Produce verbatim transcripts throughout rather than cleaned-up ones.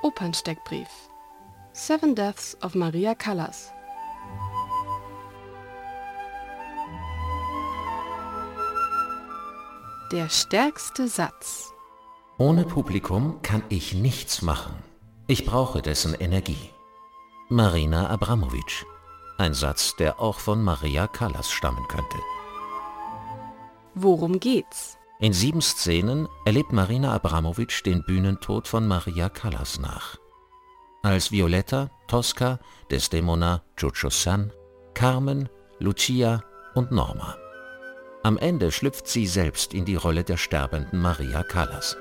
Opernsteckbrief. Seven Deaths of Maria Callas. Der stärkste Satz. Ohne Publikum kann ich nichts machen. Ich brauche dessen Energie. Marina Abramović. Ein Satz, der auch von Maria Callas stammen könnte. Worum geht's? In sieben Szenen erlebt Marina Abramović den Bühnentod von Maria Callas nach. Als Violetta, Tosca, Desdemona, Jojo San, Carmen, Lucia und Norma. Am Ende schlüpft sie selbst in die Rolle der sterbenden Maria Callas.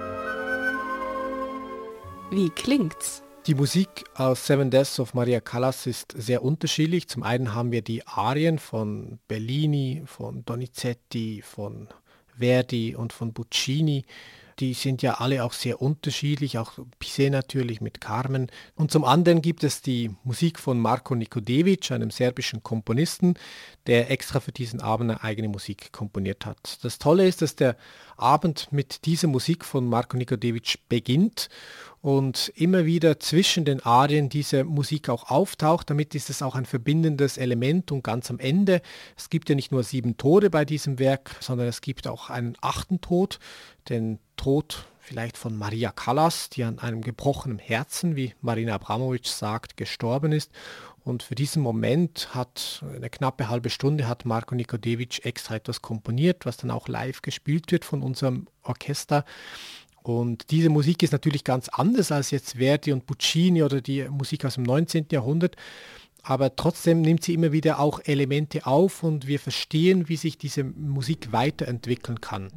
Wie klingt's? Die Musik aus Seven Deaths of Maria Callas ist sehr unterschiedlich. Zum einen haben wir die Arien von Bellini, von Donizetti, von Verdi und von Puccini. Die sind ja alle auch sehr unterschiedlich, auch Bizet natürlich mit Carmen. Und zum anderen gibt es die Musik von Marko Nikodević, einem serbischen Komponisten, der extra für diesen Abend eine eigene Musik komponiert hat. Das Tolle ist, dass der Abend mit dieser Musik von Marko Nikodević beginnt und immer wieder zwischen den Arien diese Musik auch auftaucht. Damit ist es auch ein verbindendes Element und ganz am Ende, es gibt ja nicht nur sieben Tode bei diesem Werk, sondern es gibt auch einen achten Tod, den Tod vielleicht von Maria Callas, die an einem gebrochenen Herzen, wie Marina Abramović sagt, gestorben ist. Und für diesen Moment hat eine knappe halbe Stunde hat Marko Nikodević extra etwas komponiert, was dann auch live gespielt wird von unserem Orchester. Und diese Musik ist natürlich ganz anders als jetzt Verdi und Puccini oder die Musik aus dem neunzehnten Jahrhundert. Aber trotzdem nimmt sie immer wieder auch Elemente auf und wir verstehen, wie sich diese Musik weiterentwickeln kann.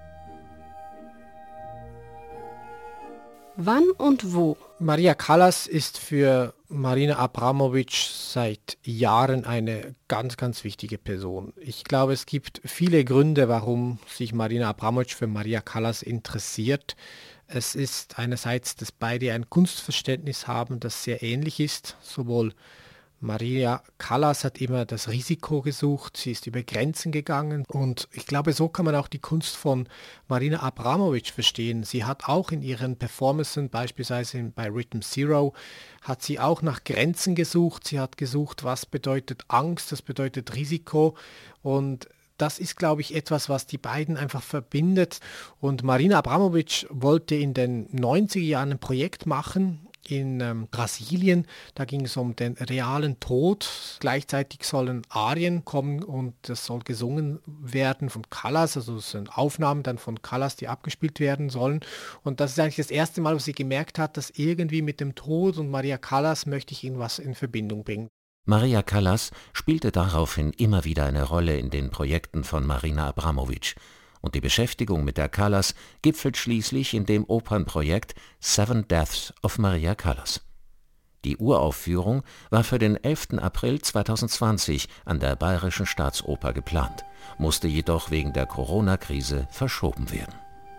Wann und wo? Maria Callas ist für Marina Abramović seit Jahren eine ganz, ganz wichtige Person. Ich glaube, es gibt viele Gründe, warum sich Marina Abramović für Maria Callas interessiert. Es ist einerseits, dass beide ein Kunstverständnis haben, das sehr ähnlich ist. Sowohl Maria Callas hat immer das Risiko gesucht, sie ist über Grenzen gegangen und ich glaube, so kann man auch die Kunst von Marina Abramović verstehen. Sie hat auch in ihren Performances, beispielsweise bei Rhythm Zero, hat sie auch nach Grenzen gesucht. Sie hat gesucht, was bedeutet Angst, das bedeutet Risiko und das ist, glaube ich, etwas, was die beiden einfach verbindet. Und Marina Abramović wollte in den neunziger Jahren ein Projekt machen, in ähm, Brasilien. Da ging es um den realen Tod. Gleichzeitig sollen Arien kommen und das soll gesungen werden von Callas, also es sind Aufnahmen dann von Callas, die abgespielt werden sollen. Und das ist eigentlich das erste Mal, wo sie gemerkt hat, dass irgendwie mit dem Tod und Maria Callas möchte ich irgendwas in Verbindung bringen. Maria Callas spielte daraufhin immer wieder eine Rolle in den Projekten von Marina Abramović. Und die Beschäftigung mit der Callas gipfelt schließlich in dem Opernprojekt Seven Deaths of Maria Callas. Die Uraufführung war für den elften April zweitausendzwanzig an der Bayerischen Staatsoper geplant, musste jedoch wegen der Corona-Krise verschoben werden.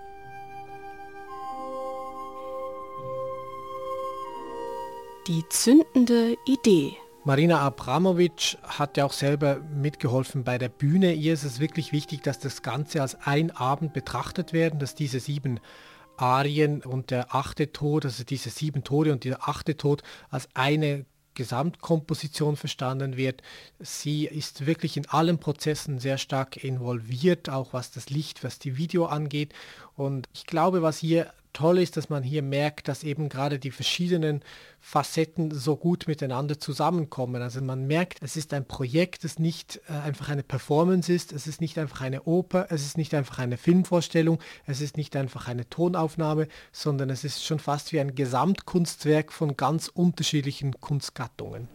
Die zündende Idee. Marina Abramović hat ja auch selber mitgeholfen bei der Bühne. Ihr ist es wirklich wichtig, dass das Ganze als ein Abend betrachtet werden, dass diese sieben Arien und der achte Tod, also diese sieben Tode und der achte Tod als eine Gesamtkomposition verstanden wird. Sie ist wirklich in allen Prozessen sehr stark involviert, auch was das Licht, was die Video angeht. Und ich glaube, was hier toll ist, dass man hier merkt, dass eben gerade die verschiedenen Facetten so gut miteinander zusammenkommen. Also man merkt, es ist ein Projekt, das nicht äh, einfach eine Performance ist, es ist nicht einfach eine Oper, es ist nicht einfach eine Filmvorstellung, es ist nicht einfach eine Tonaufnahme, sondern es ist schon fast wie ein Gesamtkunstwerk von ganz unterschiedlichen Kunstgattungen.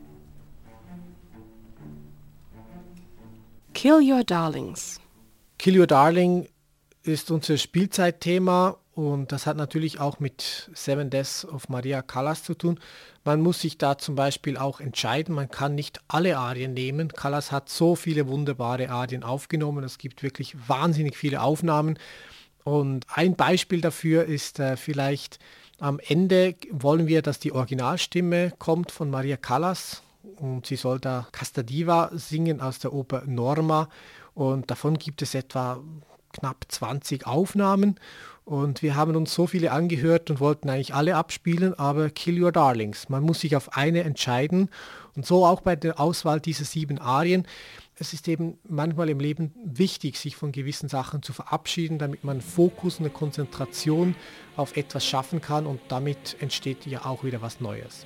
Kill Your Darlings. Kill Your Darling ist unser Spielzeitthema. Und das hat natürlich auch mit Seven Deaths of Maria Callas zu tun. Man muss sich da zum Beispiel auch entscheiden, man kann nicht alle Arien nehmen. Callas hat so viele wunderbare Arien aufgenommen, es gibt wirklich wahnsinnig viele Aufnahmen. Und ein Beispiel dafür ist äh, vielleicht am Ende wollen wir, dass die Originalstimme kommt von Maria Callas. Und sie soll da Casta Diva singen aus der Oper Norma. Und davon gibt es etwa knapp zwanzig Aufnahmen Und wir haben uns so viele angehört und wollten eigentlich alle abspielen, aber Kill Your Darlings. Man muss sich auf eine entscheiden. Und so auch bei der Auswahl dieser sieben Arien. Es ist eben manchmal im Leben wichtig, sich von gewissen Sachen zu verabschieden, damit man Fokus und eine Konzentration auf etwas schaffen kann und damit entsteht ja auch wieder was Neues.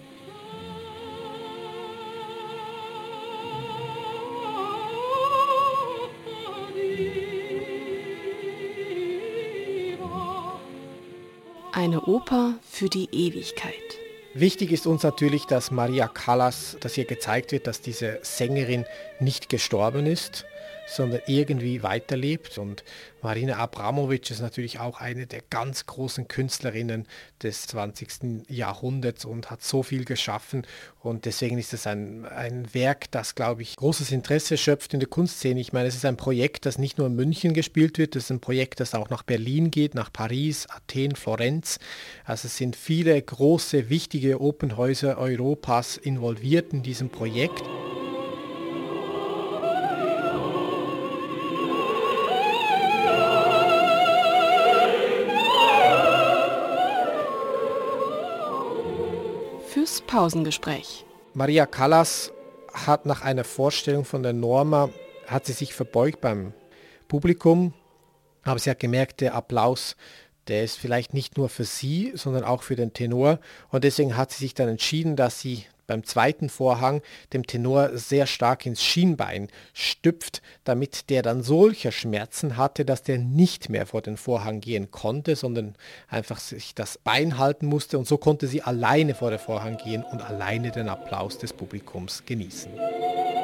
Eine Oper für die Ewigkeit. Wichtig ist uns natürlich, dass Maria Callas, dass hier gezeigt wird, dass diese Sängerin nicht gestorben ist, sondern irgendwie weiterlebt. Und Marina Abramović ist natürlich auch eine der ganz großen Künstlerinnen des zwanzigsten Jahrhunderts und hat so viel geschaffen. Und deswegen ist es ein, ein Werk, das, glaube ich, großes Interesse schöpft in der Kunstszene. Ich meine, es ist ein Projekt, das nicht nur in München gespielt wird, es ist ein Projekt, das auch nach Berlin geht, nach Paris, Athen, Florenz. Also es sind viele große, wichtige Opernhäuser Europas involviert in diesem Projekt. Fürs Pausengespräch. Maria Callas hat nach einer Vorstellung von der Norma, hat sie sich verbeugt beim Publikum, aber sie hat gemerkt, der Applaus, der ist vielleicht nicht nur für sie, sondern auch für den Tenor. Und deswegen hat sie sich dann entschieden, dass sie beim zweiten Vorhang dem Tenor sehr stark ins Schienbein stüpft, damit der dann solche Schmerzen hatte, dass der nicht mehr vor den Vorhang gehen konnte, sondern einfach sich das Bein halten musste. Und so konnte sie alleine vor den Vorhang gehen und alleine den Applaus des Publikums genießen.